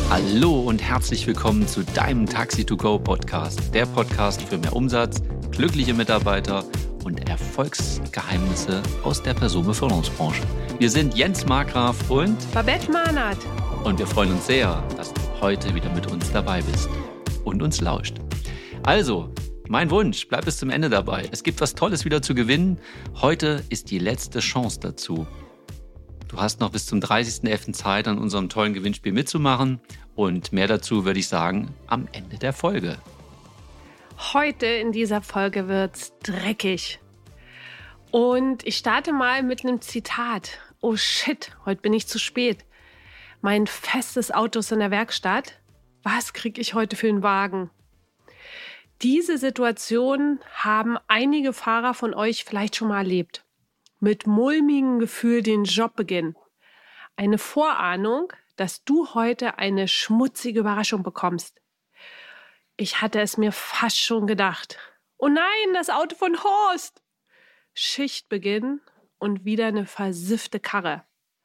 Hallo und herzlich willkommen zu deinem Taxi2Go-Podcast. Der Podcast für mehr Umsatz, glückliche Mitarbeiter und Erfolgsgeheimnisse aus der Personenbeförderungsbranche. Wir sind Jens Markgraf und Babette Mahnert. Und wir freuen uns sehr, dass du heute wieder mit uns dabei bist und uns lauscht. Also, mein Wunsch, bleib bis zum Ende dabei. Es gibt was Tolles wieder zu gewinnen. Heute ist die letzte Chance dazu. Du hast noch bis zum 30.11. Zeit, an unserem tollen Gewinnspiel mitzumachen. Und mehr dazu würde ich sagen, am Ende der Folge. Heute in dieser Folge wird's dreckig. Und ich starte mal mit einem Zitat. Oh shit, heute bin ich zu spät. Mein festes Auto ist in der Werkstatt. Was kriege ich heute für einen Wagen? Diese Situation haben einige Fahrer von euch vielleicht schon mal erlebt. Mit mulmigem Gefühl den Job beginnen. Eine Vorahnung, dass du heute eine schmutzige Überraschung bekommst. Ich hatte es mir fast schon gedacht. Oh nein, das Auto von Horst! Schichtbeginn und wieder eine versiffte Karre.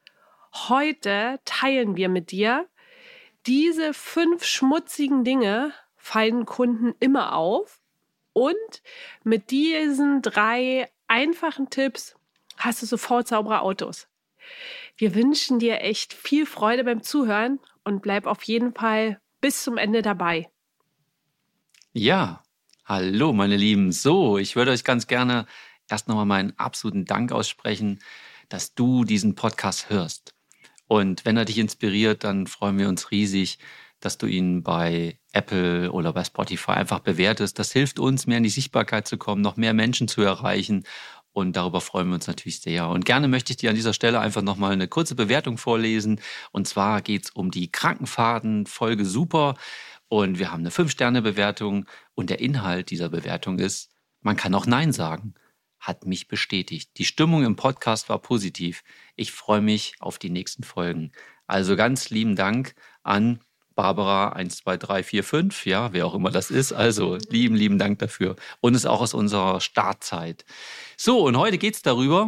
Heute teilen wir mit dir, diese 5 schmutzigen Dinge fallen Kunden immer auf. Und mit diesen 3 einfachen Tipps hast du sofort saubere Autos. Wir wünschen dir echt viel Freude beim Zuhören und bleib auf jeden Fall bis zum Ende dabei. Ja, hallo meine Lieben. So, ich würde euch ganz gerne erst nochmal meinen absoluten Dank aussprechen, dass du diesen Podcast hörst. Und wenn er dich inspiriert, dann freuen wir uns riesig, dass du ihn bei Apple oder bei Spotify einfach bewertest. Das hilft uns, mehr in die Sichtbarkeit zu kommen, noch mehr Menschen zu erreichen. Und darüber freuen wir uns natürlich sehr. Und gerne möchte ich dir an dieser Stelle einfach nochmal eine kurze Bewertung vorlesen. Und zwar geht es um die Krankenfahrten-Folge Super. Und wir haben eine 5-Sterne-Bewertung. Und der Inhalt dieser Bewertung ist, man kann auch Nein sagen. Hat mich bestätigt. Die Stimmung im Podcast war positiv. Ich freue mich auf die nächsten Folgen. Also ganz lieben Dank an Barbara 12345, ja, wer auch immer das ist. Also lieben Dank dafür. Und es ist auch aus unserer Startzeit. So, und heute geht es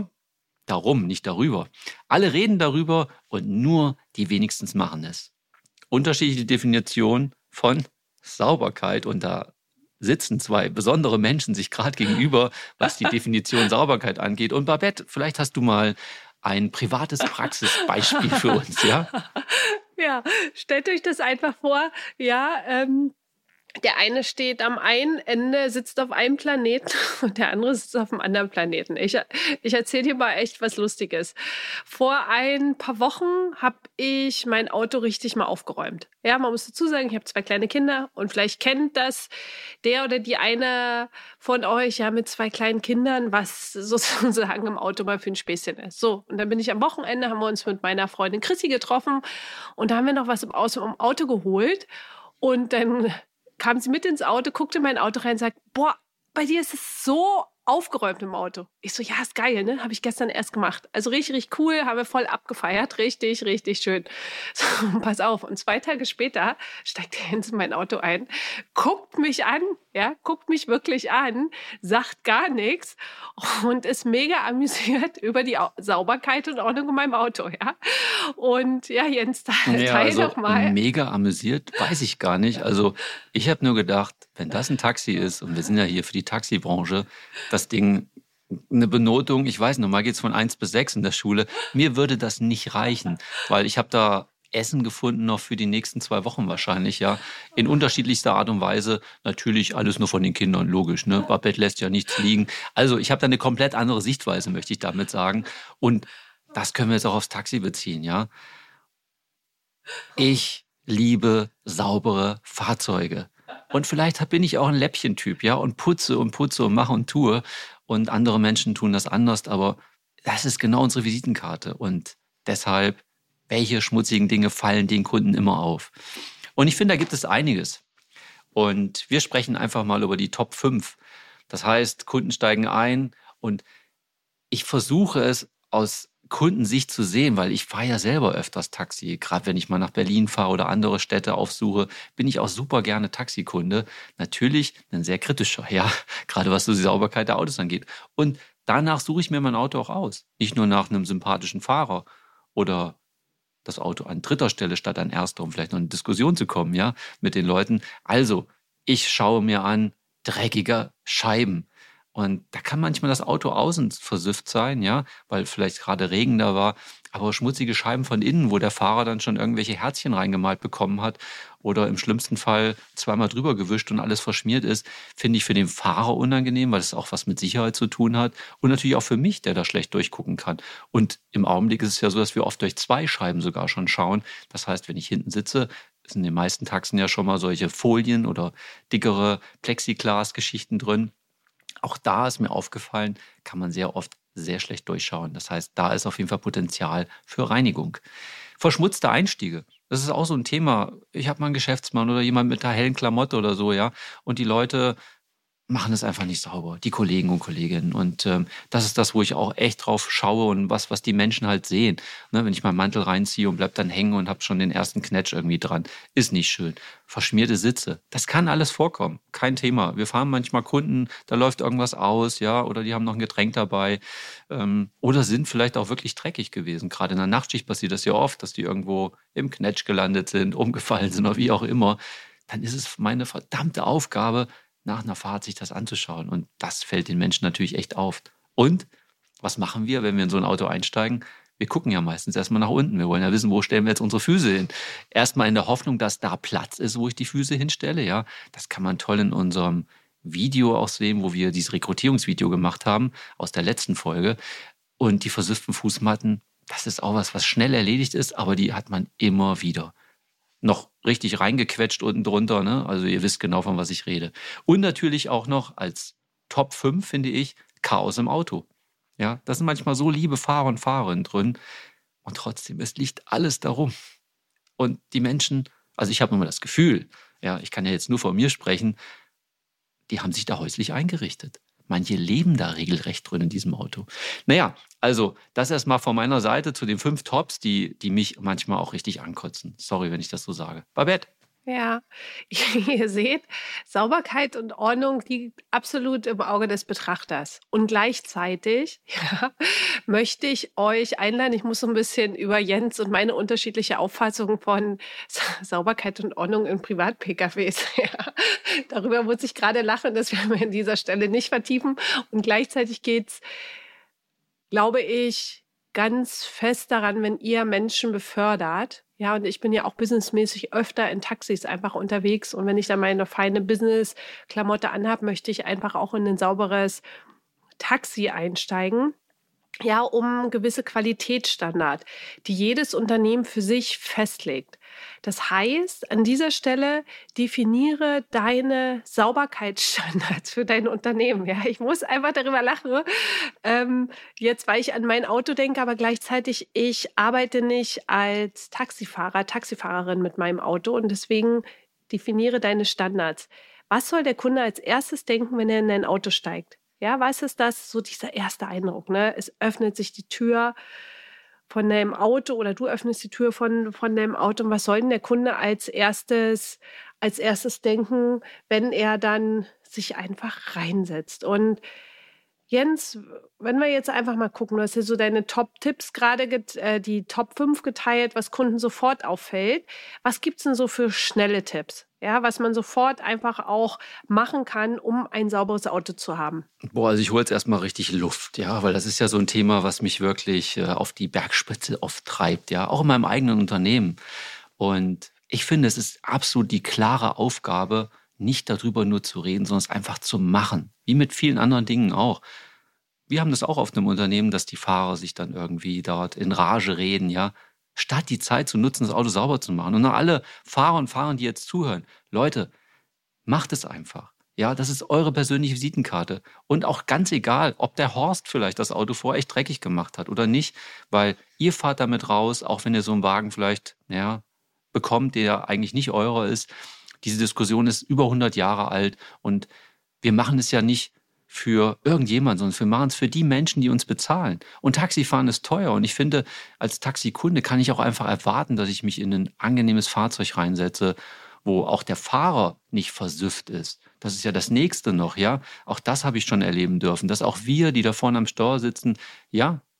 darum, nicht darüber. Alle reden darüber und nur die wenigsten machen es. Unterschiedliche Definitionen von Sauberkeit, und da sitzen 2 besondere Menschen sich gerade gegenüber, was die Definition Sauberkeit angeht. Und Babette, vielleicht hast du mal ein privates Praxisbeispiel für uns, ja? Ja, stellt euch das einfach vor, ja, der eine steht am einen Ende, sitzt auf einem Planeten und der andere sitzt auf einem anderen Planeten. Ich erzähle dir mal echt was Lustiges. Vor ein paar Wochen habe ich mein Auto richtig mal aufgeräumt. Ja, man muss dazu sagen, ich habe 2 kleine Kinder und vielleicht kennt das der oder die eine von euch ja mit 2 kleinen Kindern, was sozusagen im Auto mal für ein Späßchen ist. So, und dann bin ich am Wochenende, haben wir uns mit meiner Freundin Chrissy getroffen und da haben wir noch was im Auto geholt und dann kam sie mit ins Auto, guckte in mein Auto rein und sagt, boah, bei dir ist es so aufgeräumt im Auto. Ich so, ja, ist geil, ne? Habe ich gestern erst gemacht. Also richtig cool, haben wir voll abgefeiert. Richtig schön. So, pass auf. Und 2 Tage später steigt er in mein Auto ein, guckt mich an, ja, guckt mich wirklich an, sagt gar nichts und ist mega amüsiert über die Sauberkeit und Ordnung in meinem Auto, ja. Und ja, Jens, teil doch mal. Mega amüsiert, weiß ich gar nicht. Also ich habe nur gedacht, wenn das ein Taxi ist, und wir sind ja hier für die Taxibranche, das Ding, eine Benotung, ich weiß, normal geht es von 1 bis 6 in der Schule, mir würde das nicht reichen, weil ich habe da Essen gefunden noch für die nächsten 2 Wochen wahrscheinlich, ja, in unterschiedlichster Art und Weise, natürlich alles nur von den Kindern, logisch, ne, Babette lässt ja nichts liegen, also ich habe da eine komplett andere Sichtweise, möchte ich damit sagen, und das können wir jetzt auch aufs Taxi beziehen, ja. Ich liebe saubere Fahrzeuge. Und vielleicht bin ich auch ein Läppchentyp, ja, und putze und mache und tue. Und andere Menschen tun das anders, aber das ist genau unsere Visitenkarte. Und deshalb, welche schmutzigen Dinge fallen den Kunden immer auf? Und ich finde, da gibt es einiges. Und wir sprechen einfach mal über die Top 5. Das heißt, Kunden steigen ein und ich versuche es aus Kundensicht zu sehen, weil ich fahre ja selber öfters Taxi. Gerade wenn ich mal nach Berlin fahre oder andere Städte aufsuche, bin ich auch super gerne Taxikunde. Natürlich ein sehr kritischer, ja, gerade was so die Sauberkeit der Autos angeht. Und danach suche ich mir mein Auto auch aus. Nicht nur nach einem sympathischen Fahrer oder das Auto an dritter Stelle statt an erster, um vielleicht noch in Diskussion zu kommen, ja, mit den Leuten. Also, ich schaue mir an, dreckige Scheiben. Und da kann manchmal das Auto außen versüfft sein, ja, weil vielleicht gerade Regen da war, aber schmutzige Scheiben von innen, wo der Fahrer dann schon irgendwelche Herzchen reingemalt bekommen hat oder im schlimmsten Fall zweimal drüber gewischt und alles verschmiert ist, finde ich für den Fahrer unangenehm, weil es auch was mit Sicherheit zu tun hat und natürlich auch für mich, der da schlecht durchgucken kann. Und im Augenblick ist es ja so, dass wir oft durch zwei Scheiben sogar schon schauen. Das heißt, wenn ich hinten sitze, sind in den meisten Taxen ja schon mal solche Folien oder dickere Plexiglas-Geschichten drin. Auch da ist mir aufgefallen, kann man sehr oft sehr schlecht durchschauen. Das heißt, da ist auf jeden Fall Potenzial für Reinigung. Verschmutzte Einstiege. Das ist auch so ein Thema. Ich habe mal einen Geschäftsmann oder jemand mit einer hellen Klamotte oder so, ja. Und die Leute machen es einfach nicht sauber, die Kollegen und Kolleginnen. Und das ist das, wo ich auch echt drauf schaue und was die Menschen halt sehen. Ne, wenn ich meinen Mantel reinziehe und bleib dann hängen und habe schon den ersten Knetsch irgendwie dran, ist nicht schön. Verschmierte Sitze, das kann alles vorkommen, kein Thema. Wir fahren manchmal Kunden, da läuft irgendwas aus, ja, oder die haben noch ein Getränk dabei oder sind vielleicht auch wirklich dreckig gewesen. Gerade in der Nachtschicht passiert das ja oft, dass die irgendwo im Knetsch gelandet sind, umgefallen sind oder wie auch immer. Dann ist es meine verdammte Aufgabe, nach einer Fahrt sich das anzuschauen. Und das fällt den Menschen natürlich echt auf. Und was machen wir, wenn wir in so ein Auto einsteigen? Wir gucken ja meistens erstmal nach unten. Wir wollen ja wissen, wo stellen wir jetzt unsere Füße hin. Erstmal in der Hoffnung, dass da Platz ist, wo ich die Füße hinstelle. Ja, das kann man toll in unserem Video auch sehen, wo wir dieses Rekrutierungsvideo gemacht haben aus der letzten Folge. Und die versüfften Fußmatten, das ist auch was schnell erledigt ist, aber die hat man immer wieder. Noch richtig reingequetscht unten drunter, ne? Also ihr wisst genau, von was ich rede. Und natürlich auch noch als Top 5, finde ich, Chaos im Auto. Ja, das sind manchmal so liebe Fahrer und Fahrerinnen drin. Und trotzdem, es liegt alles darum. Und die Menschen, also ich habe immer das Gefühl, ja, ich kann ja jetzt nur von mir sprechen, die haben sich da häuslich eingerichtet. Manche leben da regelrecht drin in diesem Auto. Naja, also das erstmal von meiner Seite zu den 5 Tops, die mich manchmal auch richtig ankotzen. Sorry, wenn ich das so sage. Babette. Ja, ihr seht, Sauberkeit und Ordnung liegt absolut im Auge des Betrachters. Und gleichzeitig möchte ich euch einladen, ich muss so ein bisschen über Jens und meine unterschiedliche Auffassung von Sauberkeit und Ordnung in Privat-PKWs. Darüber muss ich gerade lachen, das werden wir an dieser Stelle nicht vertiefen. Und gleichzeitig geht's, glaube ich, ganz fest daran, wenn ihr Menschen befördert. Ja, und ich bin ja auch businessmäßig öfter in Taxis einfach unterwegs. Und wenn ich dann meine feine Business-Klamotte anhab, möchte ich einfach auch in ein sauberes Taxi einsteigen. Ja, um gewisse Qualitätsstandard, die jedes Unternehmen für sich festlegt. Das heißt, an dieser Stelle definiere deine Sauberkeitsstandards für dein Unternehmen. Ja, ich muss einfach darüber lachen. Jetzt, weil ich an mein Auto denke, aber gleichzeitig, ich arbeite nicht als Taxifahrer, Taxifahrerin mit meinem Auto und deswegen definiere deine Standards. Was soll der Kunde als erstes denken, wenn er in dein Auto steigt? Ja, was ist das? So dieser erste Eindruck, ne? Es öffnet sich die Tür von deinem Auto oder du öffnest die Tür von deinem Auto. Und was soll denn der Kunde als erstes denken, wenn er dann sich einfach reinsetzt? Und Jens, wenn wir jetzt einfach mal gucken, du hast hier so deine Top-Tipps gerade, die Top 5 geteilt, was Kunden sofort auffällt. Was gibt es denn so für schnelle Tipps? Ja, was man sofort einfach auch machen kann, um ein sauberes Auto zu haben. Boah, also ich hole jetzt erstmal richtig Luft, ja, weil das ist ja so ein Thema, was mich wirklich auf die Bergspitze oft treibt, ja, auch in meinem eigenen Unternehmen. Und ich finde, es ist absolut die klare Aufgabe, nicht darüber nur zu reden, sondern es einfach zu machen. Wie mit vielen anderen Dingen auch. Wir haben das auch auf einem Unternehmen, dass die Fahrer sich dann irgendwie dort in Rage reden, ja. Statt die Zeit zu nutzen, das Auto sauber zu machen. Und an alle Fahrer und Fahrerinnen, die jetzt zuhören, Leute, macht es einfach. Ja, das ist eure persönliche Visitenkarte. Und auch ganz egal, ob der Horst vielleicht das Auto vorher echt dreckig gemacht hat oder nicht, weil ihr fahrt damit raus, auch wenn ihr so einen Wagen vielleicht, ja, bekommt, der eigentlich nicht eurer ist. Diese Diskussion ist über 100 Jahre alt und wir machen es ja nicht für irgendjemand, sondern wir machen es für die Menschen, die uns bezahlen. Und Taxifahren ist teuer und ich finde, als Taxikunde kann ich auch einfach erwarten, dass ich mich in ein angenehmes Fahrzeug reinsetze, wo auch der Fahrer nicht versüfft ist. Das ist ja das Nächste noch, ja. Auch das habe ich schon erleben dürfen, dass auch wir, die da vorne am Steuer sitzen, ja,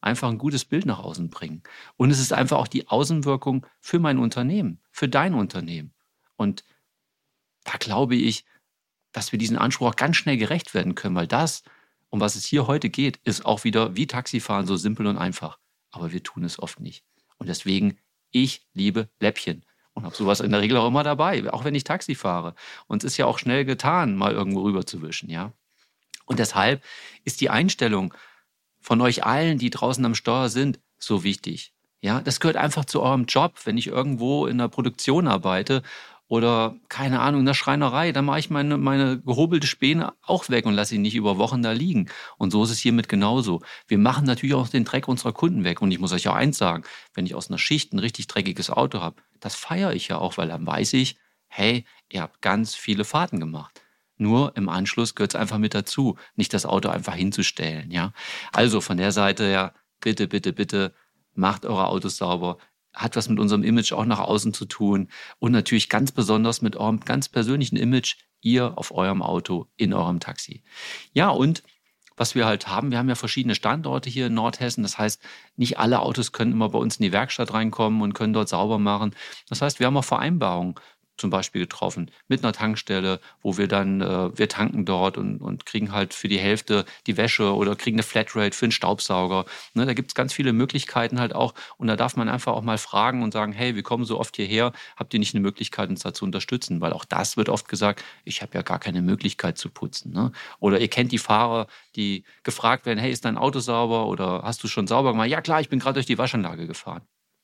einfach ein gutes Bild nach außen bringen. Und es ist einfach auch die Außenwirkung für mein Unternehmen, für dein Unternehmen. Und da glaube ich, dass wir diesen Anspruch auch ganz schnell gerecht werden können, weil das, um was es hier heute geht, ist auch wieder wie Taxifahren so simpel und einfach. Aber wir tun es oft nicht. Und deswegen, ich liebe Läppchen und habe sowas in der Regel auch immer dabei, auch wenn ich Taxi fahre. Und es ist ja auch schnell getan, mal irgendwo rüberzuwischen, ja. Und deshalb ist die Einstellung von euch allen, die draußen am Steuer sind, so wichtig. Ja, das gehört einfach zu eurem Job. Wenn ich irgendwo in der Produktion arbeite oder, keine Ahnung, in der Schreinerei, dann mache ich meine gehobelte Späne auch weg und lasse sie nicht über Wochen da liegen. Und so ist es hiermit genauso. Wir machen natürlich auch den Dreck unserer Kunden weg. Und ich muss euch auch eins sagen, wenn ich aus einer Schicht ein richtig dreckiges Auto habe, das feiere ich ja auch, weil dann weiß ich, hey, ihr habt ganz viele Fahrten gemacht. Nur im Anschluss gehört es einfach mit dazu, nicht das Auto einfach hinzustellen. Ja? Also von der Seite ja, bitte, bitte, bitte, macht eure Autos sauber. Hat was mit unserem Image auch nach außen zu tun. Und natürlich ganz besonders mit eurem ganz persönlichen Image, ihr auf eurem Auto, in eurem Taxi. Ja, und was wir halt haben, wir haben ja verschiedene Standorte hier in Nordhessen. Das heißt, nicht alle Autos können immer bei uns in die Werkstatt reinkommen und können dort sauber machen. Das heißt, wir haben auch Vereinbarungen zum Beispiel getroffen mit einer Tankstelle, wo wir dann, wir tanken dort und kriegen halt für die Hälfte die Wäsche oder kriegen eine Flatrate für einen Staubsauger. Ne, da gibt es ganz viele Möglichkeiten halt auch und da darf man einfach auch mal fragen und sagen, hey, wir kommen so oft hierher, habt ihr nicht eine Möglichkeit, uns da zu unterstützen? Weil auch das wird oft gesagt, ich habe ja gar keine Möglichkeit zu putzen. Ne? Oder ihr kennt die Fahrer, die gefragt werden, hey, ist dein Auto sauber oder hast du schon sauber gemacht? Ja klar, ich bin gerade durch die Waschanlage gefahren.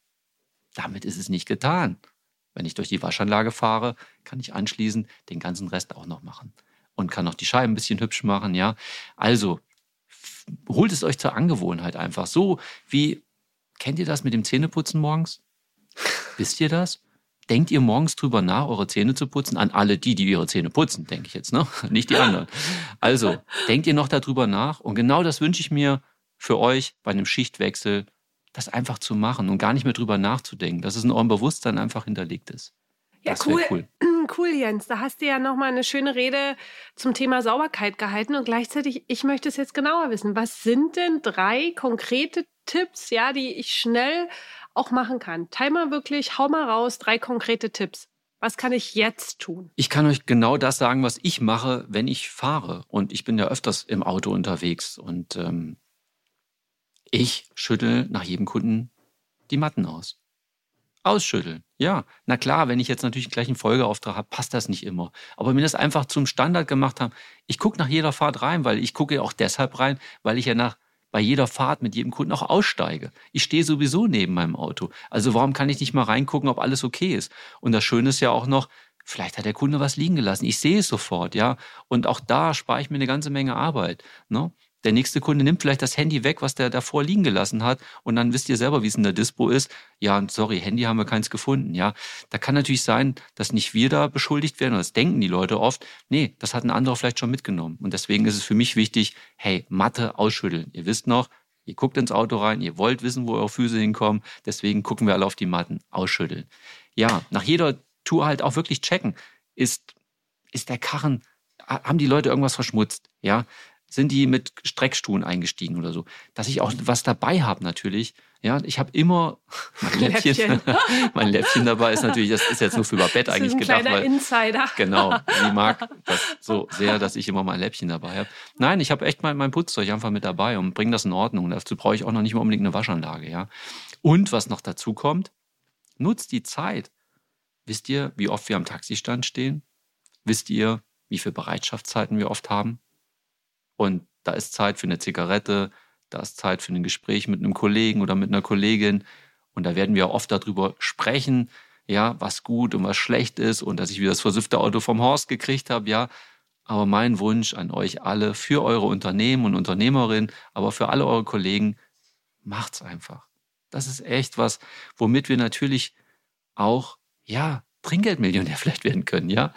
Damit ist es nicht getan. Wenn ich durch die Waschanlage fahre, kann ich anschließend den ganzen Rest auch noch machen. Und kann noch die Scheiben ein bisschen hübsch machen, ja. Also, holt es euch zur Angewohnheit einfach. So wie, kennt ihr das mit dem Zähneputzen morgens? Wisst ihr das? Denkt ihr morgens drüber nach, eure Zähne zu putzen? An alle die ihre Zähne putzen, denke ich jetzt, ne? Nicht die anderen. Also, denkt ihr noch darüber nach? Und genau das wünsche ich mir für euch bei einem Schichtwechsel, das einfach zu machen und gar nicht mehr drüber nachzudenken, dass es in eurem Bewusstsein einfach hinterlegt ist. Ja, das cool. Cool, Jens. Da hast du ja nochmal eine schöne Rede zum Thema Sauberkeit gehalten und gleichzeitig, ich möchte es jetzt genauer wissen. Was sind denn 3 konkrete Tipps, ja, die ich schnell auch machen kann? Teil mal wirklich, hau mal raus, 3 konkrete Tipps. Was kann ich jetzt tun? Ich kann euch genau das sagen, was ich mache, wenn ich fahre. Und ich bin ja öfters im Auto unterwegs und ich schüttel nach jedem Kunden die Matten aus. Ausschütteln, ja. Na klar, wenn ich jetzt natürlich gleich einen Folgeauftrag habe, passt das nicht immer. Aber wenn wir das einfach zum Standard gemacht haben, ich gucke nach jeder Fahrt rein, weil ich gucke auch deshalb rein, weil ich ja bei jeder Fahrt mit jedem Kunden auch aussteige. Ich stehe sowieso neben meinem Auto. Also warum kann ich nicht mal reingucken, ob alles okay ist? Und das Schöne ist ja auch noch, vielleicht hat der Kunde was liegen gelassen. Ich sehe es sofort, ja. Und auch da spare ich mir eine ganze Menge Arbeit, ne? Der nächste Kunde nimmt vielleicht das Handy weg, was der davor liegen gelassen hat. Und dann wisst ihr selber, wie es in der Dispo ist. Ja, sorry, Handy haben wir keins gefunden. Ja, da kann natürlich sein, dass nicht wir da beschuldigt werden. Das denken die Leute oft. Nee, das hat ein anderer vielleicht schon mitgenommen. Und deswegen ist es für mich wichtig, hey, Matte ausschütteln. Ihr wisst noch, ihr guckt ins Auto rein, ihr wollt wissen, wo eure Füße hinkommen. Deswegen gucken wir alle auf die Matten. Ausschütteln. Ja, nach jeder Tour halt auch wirklich checken. Ist der Karren, haben die Leute irgendwas verschmutzt? Ja, sind die mit Streckstuhlen eingestiegen oder so. Dass ich auch was dabei habe natürlich. Ja, ich habe immer mein Läppchen. Mein Läppchen dabei ist natürlich, das ist jetzt nur für über Bett eigentlich gedacht. Das ist ein kleiner Insider. Genau, sie mag das so sehr, dass ich immer mein Läppchen dabei habe. Nein, ich habe echt mein Putzzeug einfach mit dabei und bringe das in Ordnung. Dazu brauche ich auch noch nicht mal unbedingt eine Waschanlage. Ja. Und was noch dazu kommt, nutzt die Zeit. Wisst ihr, wie oft wir am Taxistand stehen? Wisst ihr, wie viele Bereitschaftszeiten wir oft haben? Und da ist Zeit für eine Zigarette, da ist Zeit für ein Gespräch mit einem Kollegen oder mit einer Kollegin. Und da werden wir oft darüber sprechen, ja, was gut und was schlecht ist und dass ich wieder das versiffte Auto vom Horst gekriegt habe, ja. Aber mein Wunsch an euch alle, für eure Unternehmen und Unternehmerinnen, aber für alle eure Kollegen, macht's einfach. Das ist echt was, womit wir natürlich auch, ja, Trinkgeldmillionär vielleicht werden können, ja.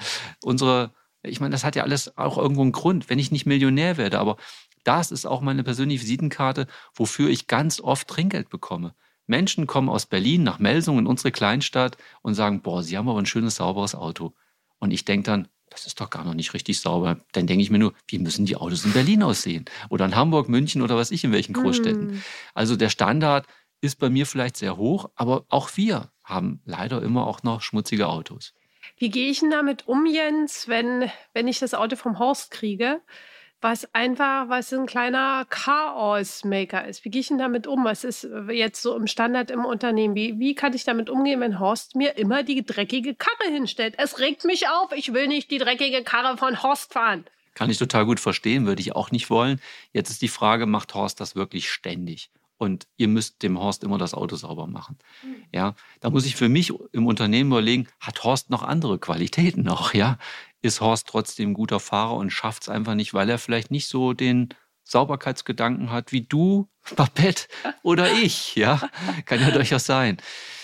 Ich meine, das hat ja alles auch irgendwo einen Grund, wenn ich nicht Millionär werde. Aber das ist auch meine persönliche Visitenkarte, wofür ich ganz oft Trinkgeld bekomme. Menschen kommen aus Berlin nach Melsungen in unsere Kleinstadt und sagen, boah, Sie haben aber ein schönes, sauberes Auto. Und ich denke dann, das ist doch gar noch nicht richtig sauber. Dann denke ich mir nur, wie müssen die Autos in Berlin aussehen? Oder in Hamburg, München oder was ich in welchen Großstädten. Also der Standard ist bei mir vielleicht sehr hoch, aber auch wir haben leider immer auch noch schmutzige Autos. Wie gehe ich denn damit um, Jens, wenn ich das Auto vom Horst kriege, was ein kleiner Chaos-Maker ist? Wie gehe ich denn damit um? Was ist jetzt so im Standard im Unternehmen? Wie kann ich damit umgehen, wenn Horst mir immer die dreckige Karre hinstellt? Es regt mich auf. Ich will nicht die dreckige Karre von Horst fahren. Kann ich total gut verstehen, würde ich auch nicht wollen. Jetzt ist die Frage, macht Horst das wirklich ständig? Und ihr müsst dem Horst immer das Auto sauber machen. Ja, da muss ich für mich im Unternehmen überlegen, hat Horst noch andere Qualitäten noch? Ja, ist Horst trotzdem ein guter Fahrer und schafft es einfach nicht, weil er vielleicht nicht so den Sauberkeitsgedanken hat wie du, Babette oder ich. Ja, kann ja durchaus sein.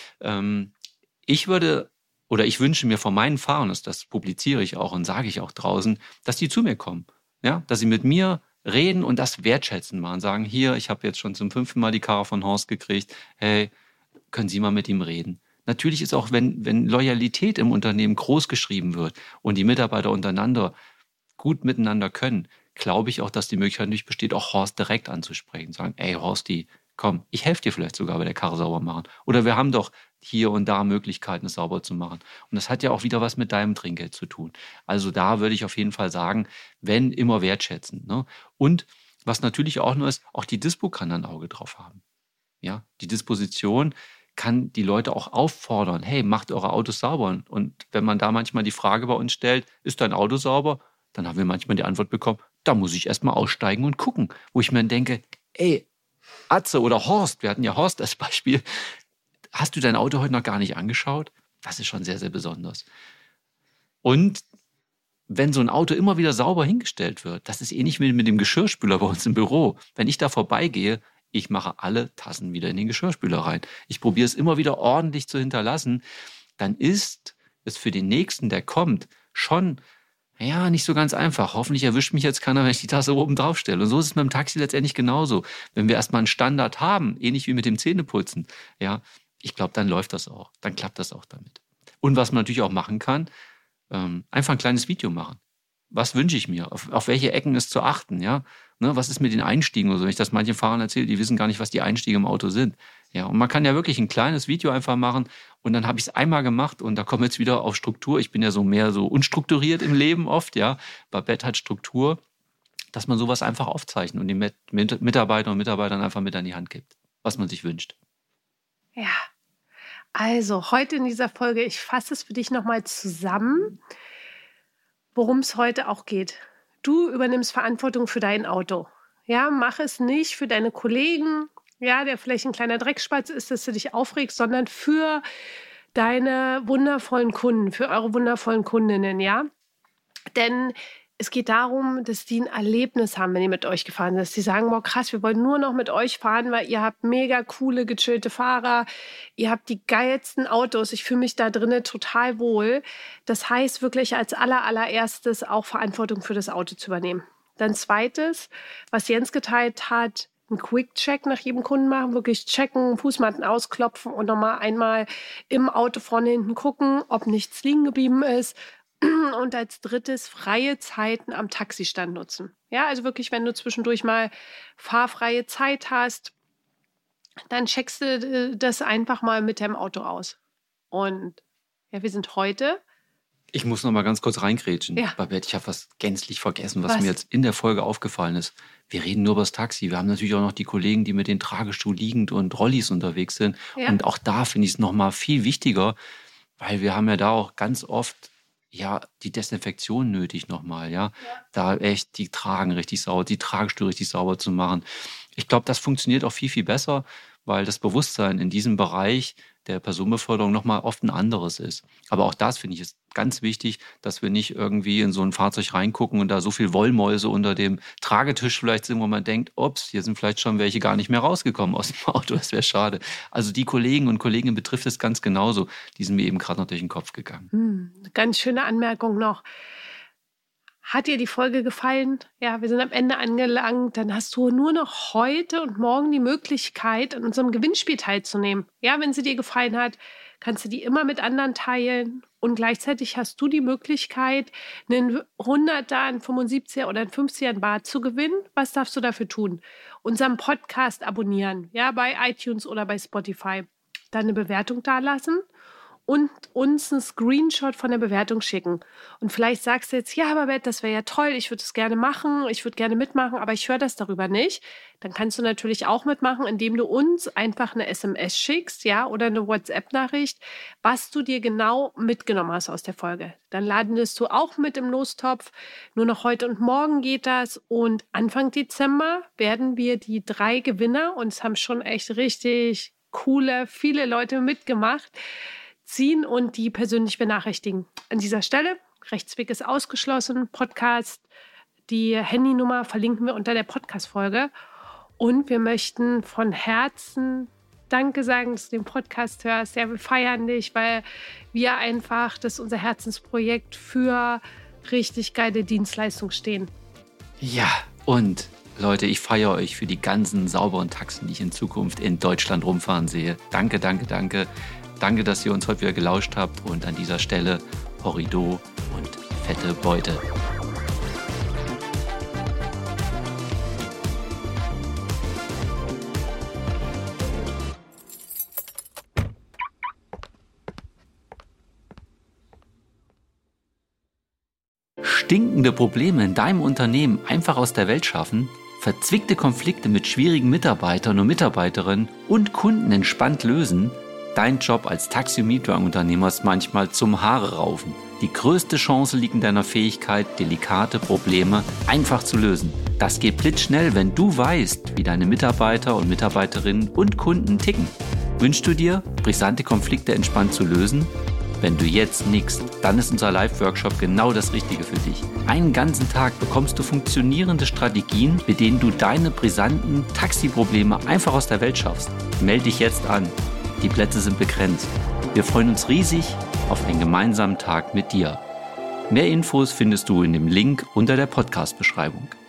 Ich wünsche mir von meinen Fahrern, das publiziere ich auch und sage ich auch draußen, dass die zu mir kommen. Ja, dass sie mit mir reden und das wertschätzen mal und sagen, hier, ich habe jetzt schon zum 5. Mal die Karre von Horst gekriegt, hey, können Sie mal mit ihm reden? Natürlich ist auch, wenn Loyalität im Unternehmen groß geschrieben wird und die Mitarbeiter untereinander gut miteinander können, glaube ich auch, dass die Möglichkeit natürlich besteht, auch Horst direkt anzusprechen. Sagen, ey Horsti, komm, ich helfe dir vielleicht sogar bei der Karre sauber machen. Oder wir haben doch hier und da Möglichkeiten, es sauber zu machen. Und das hat ja auch wieder was mit deinem Trinkgeld zu tun. Also da würde ich auf jeden Fall sagen, wenn, immer wertschätzen. Ne? Und was natürlich auch nur ist, auch die Dispo kann da ein Auge drauf haben. Ja, die Disposition kann die Leute auch auffordern, hey, macht eure Autos sauber. Und wenn man da manchmal die Frage bei uns stellt, ist dein Auto sauber? Dann haben wir manchmal die Antwort bekommen, da muss ich erstmal aussteigen und gucken. Wo ich mir dann denke, ey, Atze oder Horst, wir hatten ja Horst als Beispiel, hast du dein Auto heute noch gar nicht angeschaut? Das ist schon sehr, sehr besonders. Und wenn so ein Auto immer wieder sauber hingestellt wird, das ist ähnlich wie mit dem Geschirrspüler bei uns im Büro. Wenn ich da vorbeigehe, ich mache alle Tassen wieder in den Geschirrspüler rein. Ich probiere es immer wieder ordentlich zu hinterlassen. Dann ist es für den Nächsten, der kommt, schon nicht so ganz einfach. Hoffentlich erwischt mich jetzt keiner, wenn ich die Tasse oben drauf stelle. Und so ist es mit dem Taxi letztendlich genauso. Wenn wir erstmal einen Standard haben, ähnlich wie mit dem Zähneputzen, ja, ich glaube, dann läuft das auch. Dann klappt das auch damit. Und was man natürlich auch machen kann, einfach ein kleines Video machen. Was wünsche ich mir? Auf welche Ecken ist zu achten? Ja? Ne, was ist mit den Einstiegen oder so? Wenn ich das manchen Fahrern erzähle, die wissen gar nicht, was die Einstiege im Auto sind. Ja, und man kann ja wirklich ein kleines Video einfach machen und dann habe ich es einmal gemacht und da kommen wir jetzt wieder auf Struktur. Ich bin ja so mehr so unstrukturiert im Leben oft, ja. Babette hat Struktur, dass man sowas einfach aufzeichnet und den Mitarbeiter und Mitarbeitern einfach mit an die Hand gibt, was man sich wünscht. Ja, also heute in dieser Folge, ich fasse es für dich nochmal zusammen, worum es heute auch geht. Du übernimmst Verantwortung für dein Auto. Ja, mach es nicht für deine Kollegen, ja, der vielleicht ein kleiner Dreckspatz ist, dass du dich aufregst, sondern für deine wundervollen Kunden, für eure wundervollen Kundinnen, ja. Denn es geht darum, dass die ein Erlebnis haben, wenn die mit euch gefahren sind. Dass die sagen, boah krass, wir wollen nur noch mit euch fahren, weil ihr habt mega coole, gechillte Fahrer. Ihr habt die geilsten Autos. Ich fühle mich da drinnen total wohl. Das heißt wirklich als allererstes auch Verantwortung für das Auto zu übernehmen. Dann zweites, was Jens geteilt hat, einen Quick-Check nach jedem Kunden machen, wirklich checken, Fußmatten ausklopfen und nochmal einmal im Auto vorne hinten gucken, ob nichts liegen geblieben ist. Und als drittes freie Zeiten am Taxistand nutzen. Ja, also wirklich, wenn du zwischendurch mal fahrfreie Zeit hast, dann checkst du das einfach mal mit deinem Auto aus. Und ja, wir sind heute. Ich muss noch mal ganz kurz reingrätschen. Ja. Babette, ich habe was gänzlich vergessen, was mir jetzt in der Folge aufgefallen ist. Wir reden nur über das Taxi. Wir haben natürlich auch noch die Kollegen, die mit den Tragestuhl liegend und Rollis unterwegs sind. Ja. Und auch da finde ich es noch mal viel wichtiger, weil wir haben ja da auch ganz oft die Desinfektion nötig nochmal, ja. Da echt die Tragen richtig sauber, die Tragestühle richtig sauber zu machen. Ich glaube, das funktioniert auch viel, viel besser, weil das Bewusstsein in diesem Bereich der Personenbeförderung nochmal oft ein anderes ist. Aber auch das finde ich ist ganz wichtig, dass wir nicht irgendwie in so ein Fahrzeug reingucken und da so viel Wollmäuse unter dem Tragetisch vielleicht sind, wo man denkt, ups, hier sind vielleicht schon welche gar nicht mehr rausgekommen aus dem Auto, das wäre schade. Also die Kollegen und Kolleginnen betrifft es ganz genauso. Die sind mir eben gerade noch durch den Kopf gegangen. Ganz schöne Anmerkung noch. Hat dir die Folge gefallen? Ja, wir sind am Ende angelangt. Dann hast du nur noch heute und morgen die Möglichkeit, an unserem Gewinnspiel teilzunehmen. Ja, wenn sie dir gefallen hat, kannst du die immer mit anderen teilen. und gleichzeitig hast du die Möglichkeit, einen 100er, einen 75er oder einen 50er in Bar zu gewinnen. Was darfst du dafür tun? Unseren Podcast abonnieren, ja, bei iTunes oder bei Spotify. Dann eine Bewertung dalassen und uns einen Screenshot von der Bewertung schicken. Und vielleicht sagst du jetzt, ja, aber Beth, das wäre ja toll, ich würde es gerne machen, ich würde gerne mitmachen, aber ich höre das darüber nicht. Dann kannst du natürlich auch mitmachen, indem du uns einfach eine SMS schickst, ja, oder eine WhatsApp-Nachricht, was du dir genau mitgenommen hast aus der Folge. Dann landest du auch mit im Lostopf. Nur noch heute und morgen geht das. Und Anfang Dezember werden wir die 3 Gewinner, und es haben schon echt richtig viele Leute mitgemacht, ziehen und die persönlich benachrichtigen. An dieser Stelle, Rechtsweg ist ausgeschlossen, Podcast, die Handynummer verlinken wir unter der Podcast-Folge. Und wir möchten von Herzen Danke sagen, dass du den Podcast hörst. Ja, wir feiern dich, weil wir einfach, das ist unser Herzensprojekt, für richtig geile Dienstleistung stehen. Ja, und Leute, ich feiere euch für die ganzen sauberen Taxen, die ich in Zukunft in Deutschland rumfahren sehe. Danke, danke, danke. Danke, dass ihr uns heute wieder gelauscht habt. Und an dieser Stelle Horrido und fette Beute. Stinkende Probleme in deinem Unternehmen einfach aus der Welt schaffen? Verzwickte Konflikte mit schwierigen Mitarbeitern und Mitarbeiterinnen und Kunden entspannt lösen? Dein Job als Taxi- und Mietwagenunternehmer ist manchmal zum Haare raufen. Die größte Chance liegt in deiner Fähigkeit, delikate Probleme einfach zu lösen. Das geht blitzschnell, wenn du weißt, wie deine Mitarbeiter und Mitarbeiterinnen und Kunden ticken. Wünschst du dir, brisante Konflikte entspannt zu lösen? Wenn du jetzt nickst, dann ist unser Live-Workshop genau das Richtige für dich. Einen ganzen Tag bekommst du funktionierende Strategien, mit denen du deine brisanten Taxi-Probleme einfach aus der Welt schaffst. Melde dich jetzt an. Die Plätze sind begrenzt. Wir freuen uns riesig auf einen gemeinsamen Tag mit dir. Mehr Infos findest du in dem Link unter der Podcast-Beschreibung.